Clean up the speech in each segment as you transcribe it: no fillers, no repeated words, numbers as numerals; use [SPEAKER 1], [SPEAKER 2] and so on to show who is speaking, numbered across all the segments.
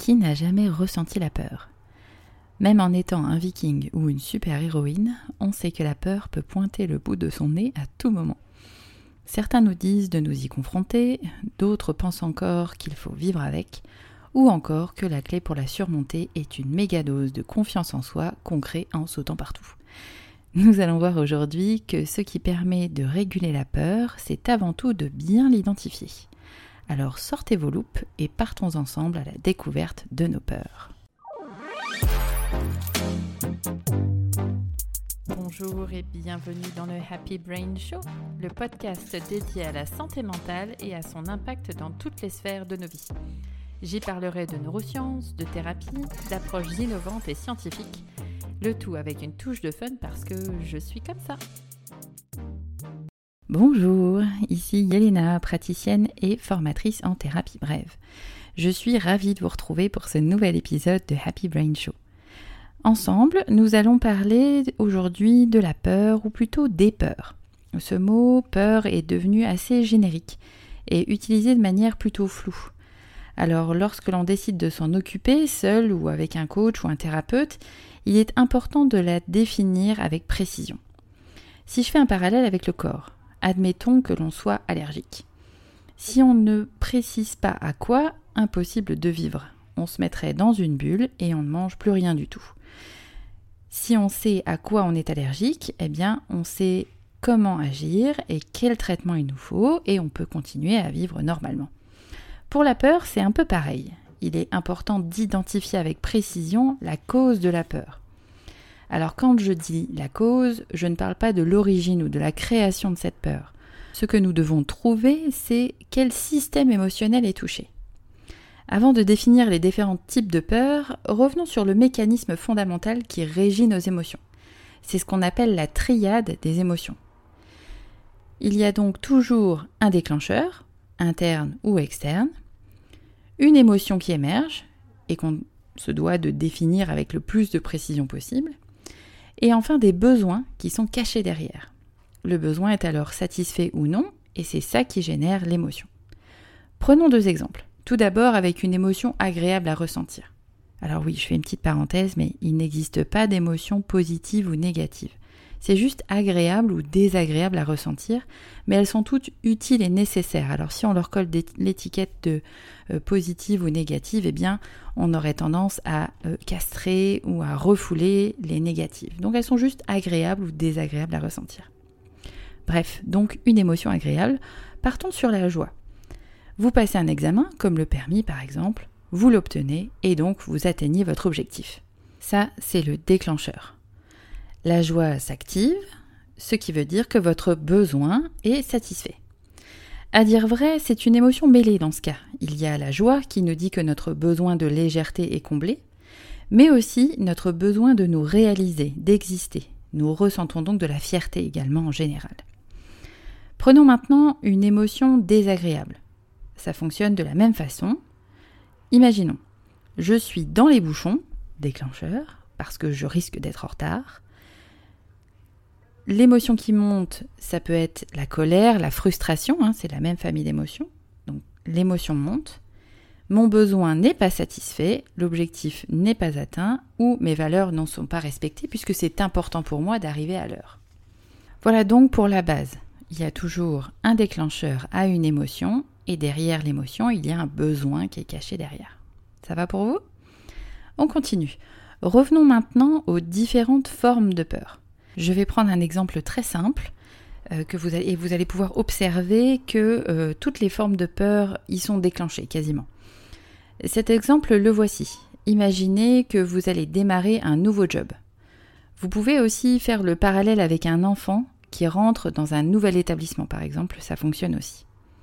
[SPEAKER 1] Qui n'a jamais ressenti la peur ? Même en étant un viking ou une super-héroïne, on sait que la peur peut pointer le bout de son nez à tout moment. Certains nous disent de nous y confronter, d'autres pensent encore qu'il faut vivre avec, ou encore que la clé pour la surmonter est une méga dose de confiance en soi qu'on crée en sautant partout. Nous allons voir aujourd'hui que ce qui permet de réguler la peur, c'est avant tout de bien l'identifier. Alors sortez vos loupes et partons ensemble à la découverte de nos peurs. Bonjour et bienvenue dans le Happy Brain Show, le podcast dédié à la santé mentale et à son impact dans toutes les sphères de nos vies. J'y parlerai de neurosciences, de thérapie, d'approches innovantes et scientifiques, le tout avec une touche de fun parce que je suis comme ça. Bonjour, ici Yelena, praticienne et formatrice en thérapie brève. Je suis ravie de vous retrouver pour ce nouvel épisode de Happy Brain Show. Ensemble, nous allons parler aujourd'hui de la peur, ou plutôt des peurs. Ce mot « peur » est devenu assez générique et utilisé de manière plutôt floue. Alors, lorsque l'on décide de s'en occuper, seul ou avec un coach ou un thérapeute, il est important de la définir avec précision. Si je fais un parallèle avec le corps, admettons que l'on soit allergique. Si on ne précise pas à quoi, impossible de vivre. On se mettrait dans une bulle et on ne mange plus rien du tout. Si on sait à quoi on est allergique, eh bien on sait comment agir et quel traitement il nous faut et on peut continuer à vivre normalement. Pour la peur, c'est un peu pareil. Il est important d'identifier avec précision la cause de la peur. Alors quand je dis la cause, je ne parle pas de l'origine ou de la création de cette peur. Ce que nous devons trouver, c'est quel système émotionnel est touché. Avant de définir les différents types de peur, revenons sur le mécanisme fondamental qui régit nos émotions. C'est ce qu'on appelle la triade des émotions. Il y a donc toujours un déclencheur, interne ou externe, une émotion qui émerge et qu'on se doit de définir avec le plus de précision possible, et enfin des besoins qui sont cachés derrière. Le besoin est alors satisfait ou non, et c'est ça qui génère l'émotion. Prenons 2 exemples. Tout d'abord avec une émotion agréable à ressentir. Alors oui, je fais une petite parenthèse, mais il n'existe pas d'émotion positive ou négative. C'est juste agréable ou désagréable à ressentir, mais elles sont toutes utiles et nécessaires. Alors si on leur colle l'étiquette de positive ou négative, eh bien on aurait tendance à castrer ou à refouler les négatives. Donc elles sont juste agréables ou désagréables à ressentir. Bref, donc une émotion agréable. Partons sur la joie. Vous passez un examen, comme le permis par exemple, vous l'obtenez et donc vous atteignez votre objectif. Ça, c'est le déclencheur. La joie s'active, ce qui veut dire que votre besoin est satisfait. À dire vrai, c'est une émotion mêlée dans ce cas. Il y a la joie qui nous dit que notre besoin de légèreté est comblé, mais aussi notre besoin de nous réaliser, d'exister. Nous ressentons donc de la fierté également en général. Prenons maintenant une émotion désagréable. Ça fonctionne de la même façon. Imaginons, je suis dans les bouchons, déclencheur, parce que je risque d'être en retard. L'émotion qui monte, ça peut être la colère, la frustration, c'est la même famille d'émotions. Donc l'émotion monte, mon besoin n'est pas satisfait, l'objectif n'est pas atteint ou mes valeurs n'en sont pas respectées puisque c'est important pour moi d'arriver à l'heure. Voilà donc pour la base. Il y a toujours un déclencheur à une émotion et derrière l'émotion, il y a un besoin qui est caché derrière. Ça va pour vous ? On continue. Revenons maintenant aux différentes formes de peur. Je vais prendre un exemple très simple vous allez pouvoir observer que toutes les formes de peur y sont déclenchées quasiment. Cet exemple, le voici. Imaginez que vous allez démarrer un nouveau job. Vous pouvez aussi faire le parallèle avec un enfant qui rentre dans un nouvel établissement par exemple, ça fonctionne aussi.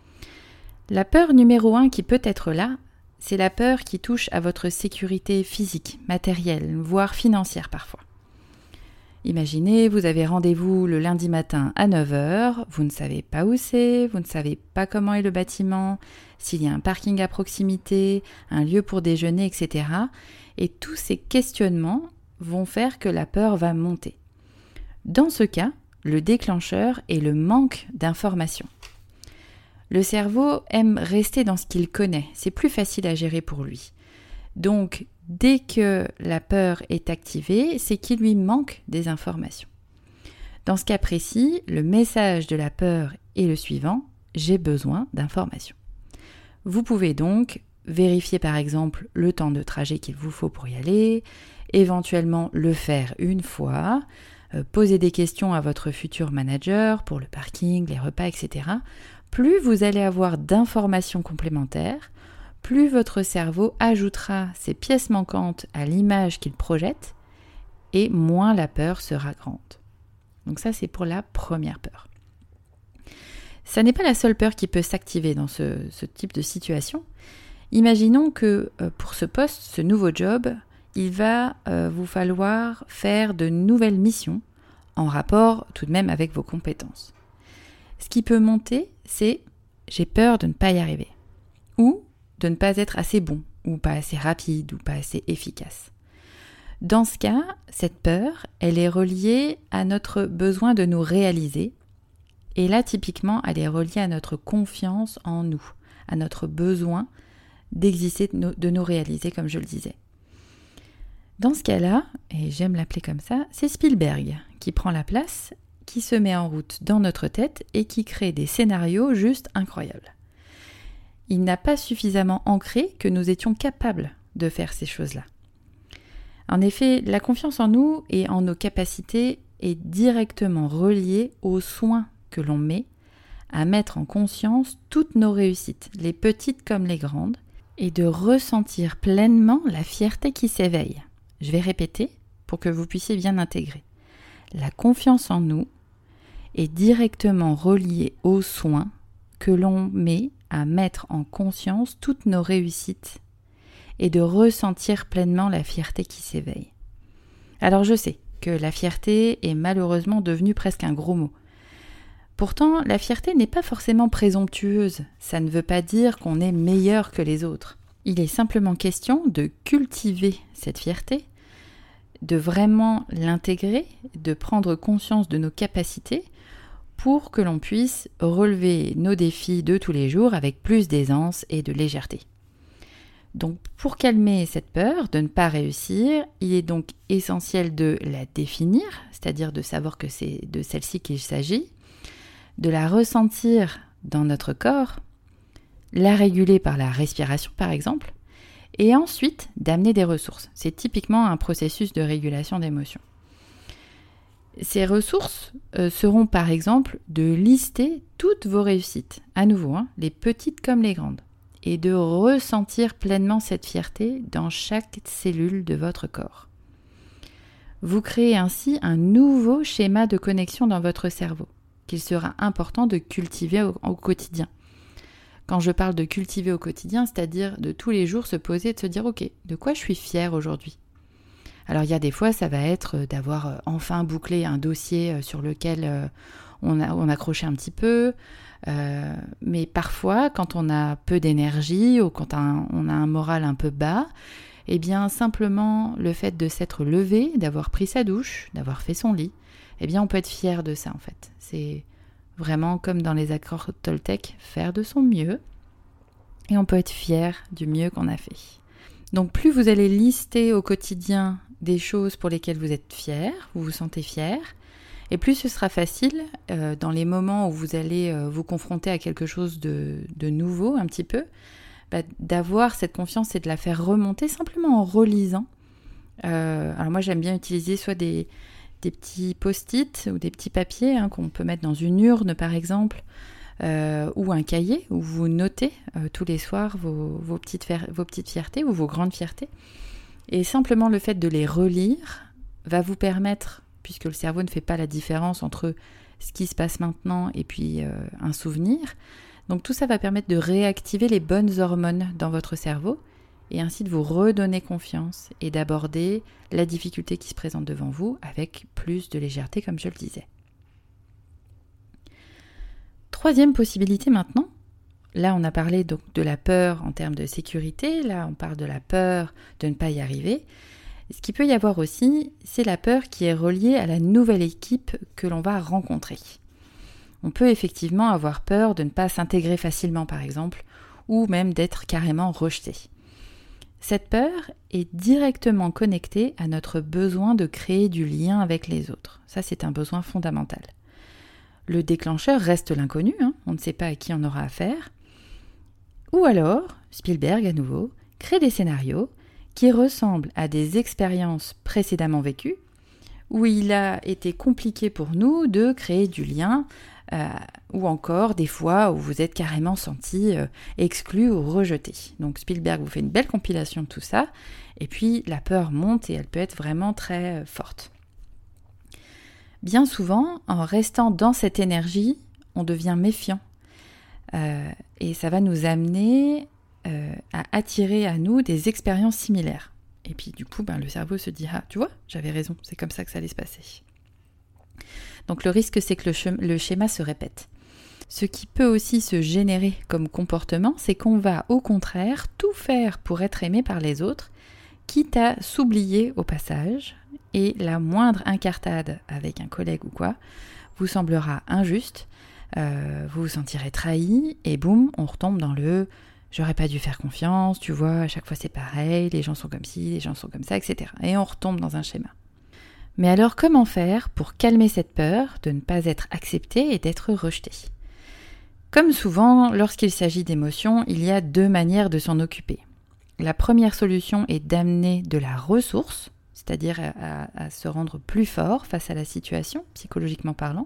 [SPEAKER 1] La peur numéro 1 qui peut être là, c'est la peur qui touche à votre sécurité physique, matérielle, voire financière parfois. Imaginez, vous avez rendez-vous le lundi matin à 9h, vous ne savez pas où c'est, vous ne savez pas comment est le bâtiment, s'il y a un parking à proximité, un lieu pour déjeuner, etc. Et tous ces questionnements vont faire que la peur va monter. Dans ce cas, le déclencheur est le manque d'informations. Le cerveau aime rester dans ce qu'il connaît, c'est plus facile à gérer pour lui. Donc, dès que la peur est activée, c'est qu'il lui manque des informations. Dans ce cas précis, le message de la peur est le suivant: j'ai besoin d'informations. Vous pouvez donc vérifier par exemple le temps de trajet qu'il vous faut pour y aller, éventuellement le faire une fois, poser des questions à votre futur manager pour le parking, les repas, etc. Plus vous allez avoir d'informations complémentaires, plus votre cerveau ajoutera ces pièces manquantes à l'image qu'il projette et moins la peur sera grande. Donc ça, c'est pour la première peur. Ça n'est pas la seule peur qui peut s'activer dans ce type de situation. Imaginons que pour ce poste, ce nouveau job, il va vous falloir faire de nouvelles missions en rapport tout de même avec vos compétences. Ce qui peut monter, c'est « j'ai peur de ne pas y arriver » ou de ne pas être assez bon ou pas assez rapide ou pas assez efficace. Dans ce cas, cette peur, elle est reliée à notre besoin de nous réaliser. Et là, typiquement, elle est reliée à notre confiance en nous, à notre besoin d'exister, de nous réaliser, comme je le disais. Dans ce cas-là, et j'aime l'appeler comme ça, c'est Spielberg qui prend la place, qui se met en route dans notre tête et qui crée des scénarios juste incroyables. Il n'a pas suffisamment ancré que nous étions capables de faire ces choses-là. En effet, la confiance en nous et en nos capacités est directement reliée aux soins que l'on met à mettre en conscience toutes nos réussites, les petites comme les grandes, et de ressentir pleinement la fierté qui s'éveille. Je vais répéter pour que vous puissiez bien intégrer. La confiance en nous est directement reliée aux soins que l'on met à mettre en conscience toutes nos réussites et de ressentir pleinement la fierté qui s'éveille. Alors je sais que la fierté est malheureusement devenue presque un gros mot. Pourtant, la fierté n'est pas forcément présomptueuse. Ça ne veut pas dire qu'on est meilleur que les autres. Il est simplement question de cultiver cette fierté, de vraiment l'intégrer, de prendre conscience de nos capacités pour que l'on puisse relever nos défis de tous les jours avec plus d'aisance et de légèreté. Donc, pour calmer cette peur de ne pas réussir, il est donc essentiel de la définir, c'est-à-dire de savoir que c'est de celle-ci qu'il s'agit, de la ressentir dans notre corps, la réguler par la respiration par exemple, et ensuite d'amener des ressources. C'est typiquement un processus de régulation d'émotions. Ces ressources seront par exemple de lister toutes vos réussites, à nouveau, les petites comme les grandes, et de ressentir pleinement cette fierté dans chaque cellule de votre corps. Vous créez ainsi un nouveau schéma de connexion dans votre cerveau, qu'il sera important de cultiver au quotidien. Quand je parle de cultiver au quotidien, c'est-à-dire de tous les jours se poser et de se dire « Ok, de quoi je suis fière aujourd'hui ?» Alors il y a des fois, ça va être d'avoir enfin bouclé un dossier sur lequel on accrochait un petit peu, mais parfois, quand on a peu d'énergie ou quand on a un moral un peu bas, eh bien simplement le fait de s'être levé, d'avoir pris sa douche, d'avoir fait son lit, eh bien on peut être fier de ça en fait. C'est vraiment comme dans les accords Toltec, faire de son mieux, et on peut être fier du mieux qu'on a fait. Donc plus vous allez lister au quotidien des choses pour lesquelles vous êtes fier, vous vous sentez fier, et plus ce sera facile dans les moments où vous allez vous confronter à quelque chose de nouveau un petit peu, d'avoir cette confiance et de la faire remonter simplement en relisant. Alors moi j'aime bien utiliser soit des petits post-it ou des petits papiers qu'on peut mettre dans une urne par exemple, ou un cahier où vous notez tous les soirs vos petites fiertés ou vos grandes fiertés. Et simplement le fait de les relire va vous permettre, puisque le cerveau ne fait pas la différence entre ce qui se passe maintenant et puis un souvenir, donc tout ça va permettre de réactiver les bonnes hormones dans votre cerveau et ainsi de vous redonner confiance et d'aborder la difficulté qui se présente devant vous avec plus de légèreté, comme je le disais. Troisième possibilité maintenant, là on a parlé donc de la peur en termes de sécurité, là on parle de la peur de ne pas y arriver. Ce qu'il peut y avoir aussi, c'est la peur qui est reliée à la nouvelle équipe que l'on va rencontrer. On peut effectivement avoir peur de ne pas s'intégrer facilement par exemple, ou même d'être carrément rejeté. Cette peur est directement connectée à notre besoin de créer du lien avec les autres. Ça, c'est un besoin fondamental. Le déclencheur reste l'inconnu, on ne sait pas à qui on aura affaire. Ou alors, Spielberg, à nouveau, crée des scénarios qui ressemblent à des expériences précédemment vécues, où il a été compliqué pour nous de créer du lien, ou encore des fois où vous êtes carrément senti exclu ou rejeté. Donc Spielberg vous fait une belle compilation de tout ça, et puis la peur monte et elle peut être vraiment très forte. Bien souvent, en restant dans cette énergie, on devient méfiant, et ça va nous amener à attirer à nous des expériences similaires. Et puis du coup, le cerveau se dit « Ah, tu vois, j'avais raison, c'est comme ça que ça allait se passer. » Donc le risque, c'est que le schéma se répète. Ce qui peut aussi se générer comme comportement, c'est qu'on va au contraire tout faire pour être aimé par les autres, quitte à s'oublier au passage, et la moindre incartade avec un collègue ou quoi vous semblera injuste, vous vous sentirez trahi, et boum, on retombe dans le « j'aurais pas dû faire confiance, tu vois, à chaque fois c'est pareil, les gens sont comme ci, les gens sont comme ça, etc. » Et on retombe dans un schéma. Mais alors comment faire pour calmer cette peur de ne pas être accepté et d'être rejeté ? Comme souvent, lorsqu'il s'agit d'émotions, il y a 2 manières de s'en occuper. La première solution est d'amener de la ressource, c'est-à-dire à se rendre plus fort face à la situation, psychologiquement parlant.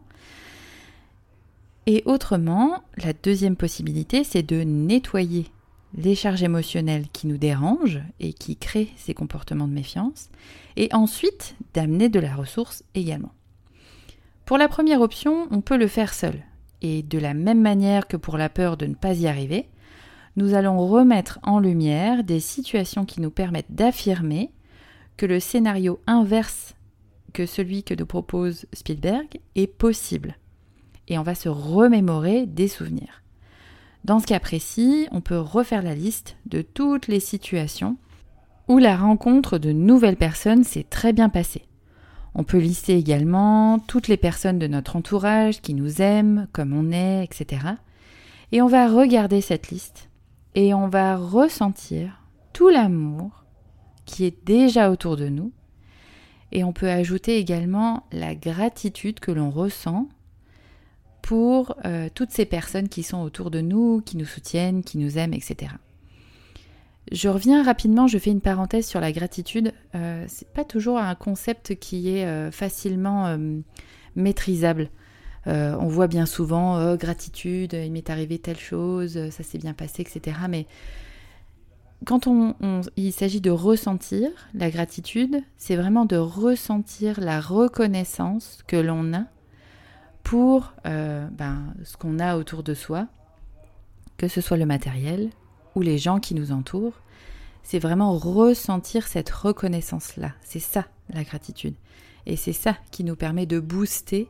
[SPEAKER 1] Et autrement, la deuxième possibilité, c'est de nettoyer les charges émotionnelles qui nous dérangent et qui créent ces comportements de méfiance, et ensuite d'amener de la ressource également. Pour la première option, on peut le faire seul, et de la même manière que pour la peur de ne pas y arriver, nous allons remettre en lumière des situations qui nous permettent d'affirmer que le scénario inverse que celui que nous propose Spielberg est possible. Et on va se remémorer des souvenirs. Dans ce cas précis, on peut refaire la liste de toutes les situations où la rencontre de nouvelles personnes s'est très bien passée. On peut lister également toutes les personnes de notre entourage qui nous aiment, comme on est, etc. Et on va regarder cette liste et on va ressentir tout l'amour qui est déjà autour de nous. Et on peut ajouter également la gratitude que l'on ressent pour toutes ces personnes qui sont autour de nous, qui nous soutiennent, qui nous aiment, etc. Je reviens rapidement, je fais une parenthèse sur la gratitude. C'est pas toujours un concept qui est facilement maîtrisable. On voit bien souvent gratitude, il m'est arrivé telle chose, ça s'est bien passé, etc. Mais quand il s'agit de ressentir la gratitude, c'est vraiment de ressentir la reconnaissance que l'on a pour ce qu'on a autour de soi, que ce soit le matériel ou les gens qui nous entourent. C'est vraiment ressentir cette reconnaissance-là. C'est ça, la gratitude. Et c'est ça qui nous permet de booster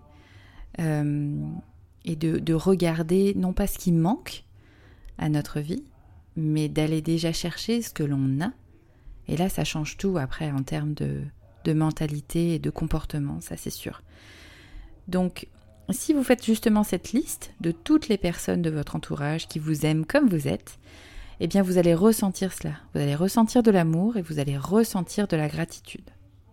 [SPEAKER 1] et de regarder, non pas ce qui manque à notre vie, mais d'aller déjà chercher ce que l'on a. Et là, ça change tout après en termes de mentalité et de comportement, ça c'est sûr. Donc, si vous faites justement cette liste de toutes les personnes de votre entourage qui vous aiment comme vous êtes, eh bien vous allez ressentir cela. Vous allez ressentir de l'amour et vous allez ressentir de la gratitude. Ok ?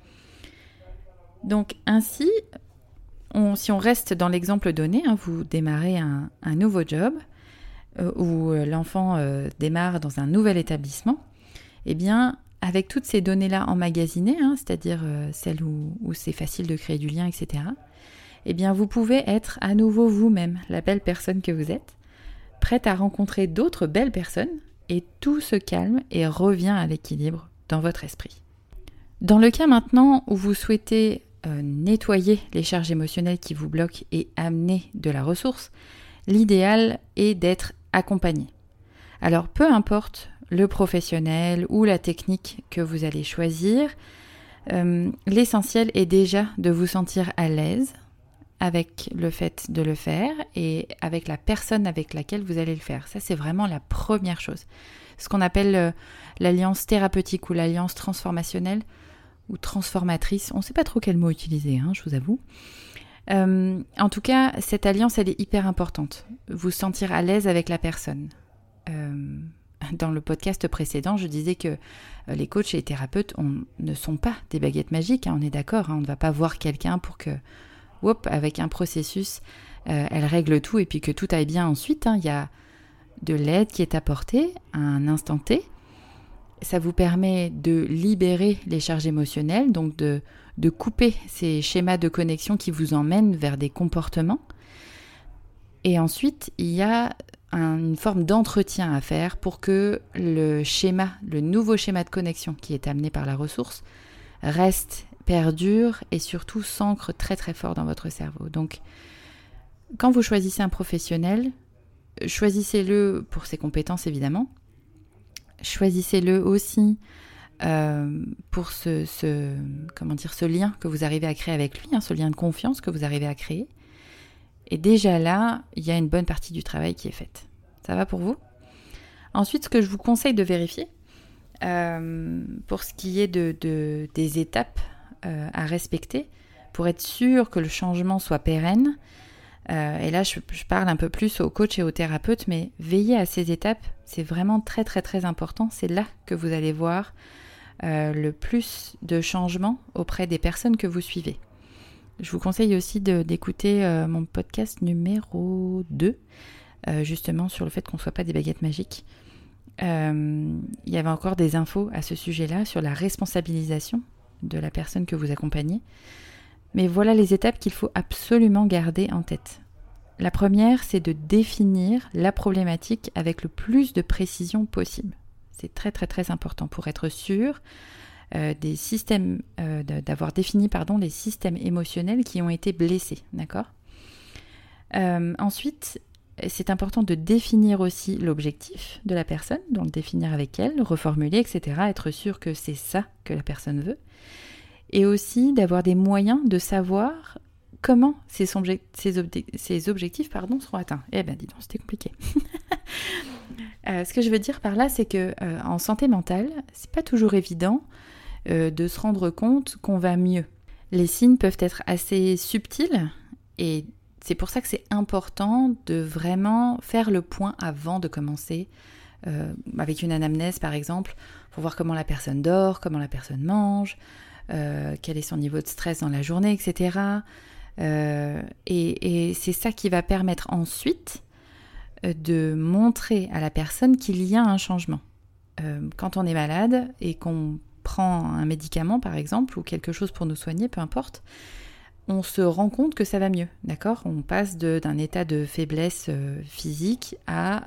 [SPEAKER 1] Donc ainsi, si on reste dans l'exemple donné, vous démarrez un nouveau job où l'enfant démarre dans un nouvel établissement, eh bien avec toutes ces données-là emmagasinées, c'est-à-dire celles où c'est facile de créer du lien, etc., eh bien vous pouvez être à nouveau vous-même, la belle personne que vous êtes, prête à rencontrer d'autres belles personnes, et tout se calme et revient à l'équilibre dans votre esprit. Dans le cas maintenant où vous souhaitez nettoyer les charges émotionnelles qui vous bloquent et amener de la ressource, l'idéal est d'être accompagné. Alors peu importe le professionnel ou la technique que vous allez choisir, l'essentiel est déjà de vous sentir à l'aise avec le fait de le faire et avec la personne avec laquelle vous allez le faire. Ça, c'est vraiment la première chose. Ce qu'on appelle l'alliance thérapeutique ou l'alliance transformationnelle ou transformatrice. On ne sait pas trop quel mot utiliser, je vous avoue. En tout cas, cette alliance, elle est hyper importante. Vous sentir à l'aise avec la personne. Dans le podcast précédent, je disais que les coachs et les thérapeutes ne sont pas des baguettes magiques, on est d'accord, on ne va pas voir quelqu'un pour que, avec un processus, elle règle tout et puis que tout aille bien ensuite. Il y a de l'aide qui est apportée à un instant T. Ça vous permet de libérer les charges émotionnelles, donc de couper ces schémas de connexion qui vous emmènent vers des comportements. Et ensuite, il y a une forme d'entretien à faire pour que le nouveau schéma de connexion qui est amené par la ressource reste, perdure et surtout s'ancre très très fort dans votre cerveau. Donc, quand vous choisissez un professionnel, choisissez-le pour ses compétences évidemment. Choisissez-le aussi pour ce lien que vous arrivez à créer avec lui, ce lien de confiance que vous arrivez à créer. Et déjà là, il y a une bonne partie du travail qui est faite. Ça va pour vous ? Ensuite, ce que je vous conseille de vérifier, pour ce qui est des étapes à respecter, pour être sûr que le changement soit pérenne, et là je parle un peu plus aux coachs et aux thérapeutes, mais veillez à ces étapes, c'est vraiment très très très important, c'est là que vous allez voir le plus de changements auprès des personnes que vous suivez. Je vous conseille aussi d'écouter mon podcast numéro 2, justement sur le fait qu'on ne soit pas des baguettes magiques. Il y avait encore des infos à ce sujet-là, sur la responsabilisation de la personne que vous accompagnez. Mais voilà les étapes qu'il faut absolument garder en tête. La première, c'est de définir la problématique avec le plus de précision possible. C'est très très très important pour être sûr des systèmes, d'avoir défini les systèmes émotionnels qui ont été blessés, d'accord ? Ensuite, c'est important de définir aussi l'objectif de la personne, donc le définir avec elle, le reformuler, etc. Être sûr que c'est ça que la personne veut. Et aussi d'avoir des moyens de savoir comment ces objectifs seront atteints. Eh ben dis donc, c'était compliqué. Ce que je veux dire par là, c'est que en santé mentale, c'est pas toujours évident de se rendre compte qu'on va mieux. Les signes peuvent être assez subtils et c'est pour ça que c'est important de vraiment faire le point avant de commencer, avec une anamnèse par exemple, pour voir comment la personne dort, comment la personne mange, quel est son niveau de stress dans la journée, etc. Et c'est ça qui va permettre ensuite de montrer à la personne qu'il y a un changement. Quand on est malade et qu'on prend un médicament par exemple, ou quelque chose pour nous soigner, peu importe, on se rend compte que ça va mieux, d'accord ? On passe d'un état de faiblesse physique à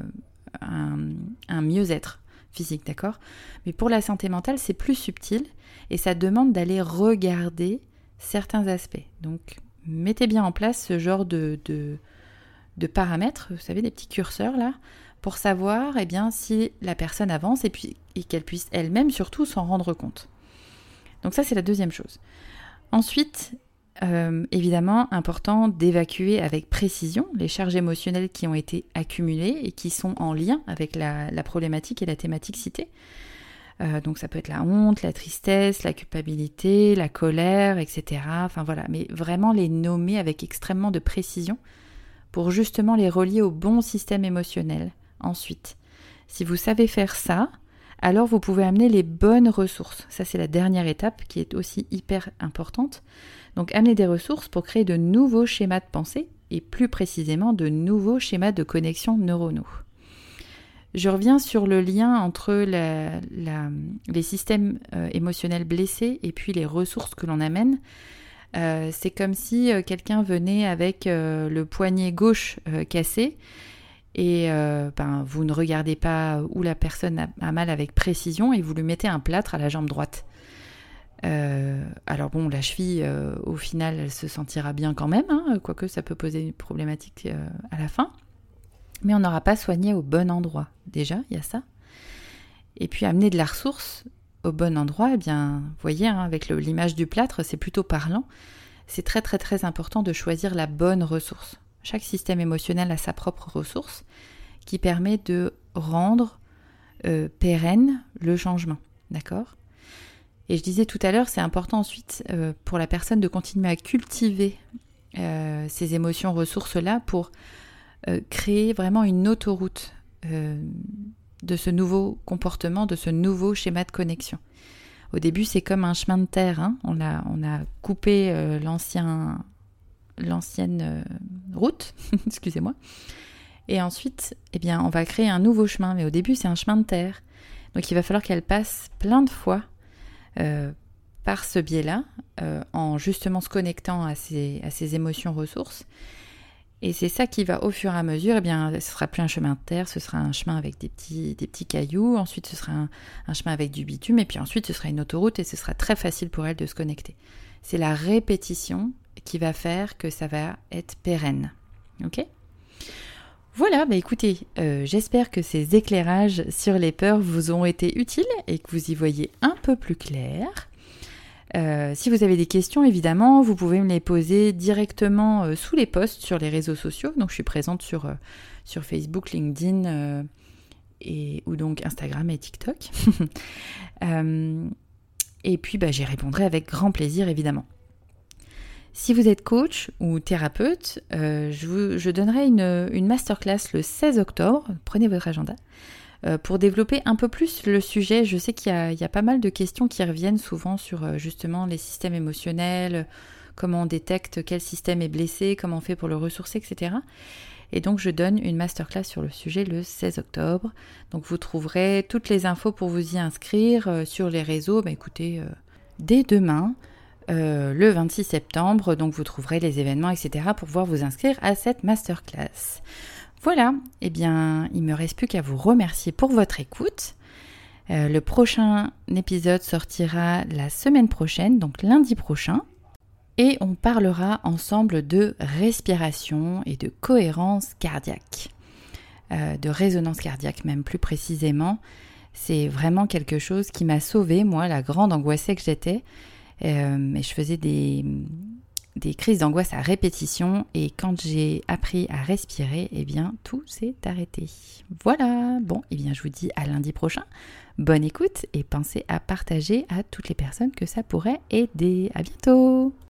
[SPEAKER 1] un mieux-être physique, d'accord ? Mais pour la santé mentale, c'est plus subtil et ça demande d'aller regarder certains aspects. Donc, mettez bien en place ce genre de paramètres, vous savez, des petits curseurs là, pour savoir si la personne avance et qu'elle puisse elle-même surtout s'en rendre compte. Donc ça, c'est la deuxième chose. Ensuite, évidemment, important d'évacuer avec précision les charges émotionnelles qui ont été accumulées et qui sont en lien avec la problématique et la thématique citée. Donc ça peut être la honte, la tristesse, la culpabilité, la colère, etc. Enfin voilà, mais vraiment les nommer avec extrêmement de précision pour justement les relier au bon système émotionnel. Ensuite, si vous savez faire ça, alors vous pouvez amener les bonnes ressources. Ça, c'est la dernière étape qui est aussi hyper importante. Donc, amener des ressources pour créer de nouveaux schémas de pensée et plus précisément de nouveaux schémas de connexion neuronaux. Je reviens sur le lien entre les systèmes émotionnels blessés et puis les ressources que l'on amène. C'est comme si quelqu'un venait avec le poignet gauche cassé et vous ne regardez pas où la personne a mal avec précision et vous lui mettez un plâtre à la jambe droite. Alors bon, la cheville, au final, elle se sentira bien quand même, quoique ça peut poser une problématique à la fin. Mais on n'aura pas soigné au bon endroit. Déjà, il y a ça. Et puis amener de la ressource au bon endroit, vous voyez, avec l'image du plâtre, c'est plutôt parlant. C'est très très très important de choisir la bonne ressource. Chaque système émotionnel a sa propre ressource qui permet de rendre pérenne le changement. D'accord ? Et je disais tout à l'heure, c'est important ensuite pour la personne de continuer à cultiver ces émotions ressources-là pour créer vraiment une autoroute de ce nouveau comportement, de ce nouveau schéma de connexion. Au début, c'est comme un chemin de terre. Hein. On a coupé l'ancienne route, excusez-moi. Et ensuite, on va créer un nouveau chemin. Mais au début, c'est un chemin de terre. Donc, il va falloir qu'elle passe plein de fois par ce biais-là, en justement se connectant à ses émotions ressources. Et c'est ça qui va, au fur et à mesure, ce sera plus un chemin de terre, ce sera un chemin avec des petits cailloux, ensuite ce sera un chemin avec du bitume, et puis ensuite ce sera une autoroute, et ce sera très facile pour elle de se connecter. C'est la répétition qui va faire que ça va être pérenne. Ok ? Voilà, écoutez, j'espère que ces éclairages sur les peurs vous ont été utiles et que vous y voyez un peu plus clair. Si vous avez des questions, évidemment, vous pouvez me les poser directement sous les posts sur les réseaux sociaux. Donc, je suis présente sur Facebook, LinkedIn ou donc Instagram et TikTok. Et puis, j'y répondrai avec grand plaisir, évidemment. Si vous êtes coach ou thérapeute, je donnerai une masterclass le 16 octobre. Prenez votre agenda. Pour développer un peu plus le sujet. Je sais qu'il y a pas mal de questions qui reviennent souvent sur justement les systèmes émotionnels, comment on détecte quel système est blessé, comment on fait pour le ressourcer, etc. Et donc je donne une masterclass sur le sujet le 16 octobre. Donc vous trouverez toutes les infos pour vous y inscrire sur les réseaux. Écoutez, dès demain, le 26 septembre, donc vous trouverez les événements, etc. pour pouvoir vous inscrire à cette masterclass. Voilà, il me reste plus qu'à vous remercier pour votre écoute. Le prochain épisode sortira la semaine prochaine, donc lundi prochain. Et on parlera ensemble de respiration et de cohérence cardiaque. De résonance cardiaque même plus précisément. C'est vraiment quelque chose qui m'a sauvée, moi, la grande angoissée que j'étais. Et je faisais des crises d'angoisse à répétition et quand j'ai appris à respirer, tout s'est arrêté. Voilà, je vous dis à lundi prochain. Bonne écoute et pensez à partager à toutes les personnes que ça pourrait aider. À bientôt!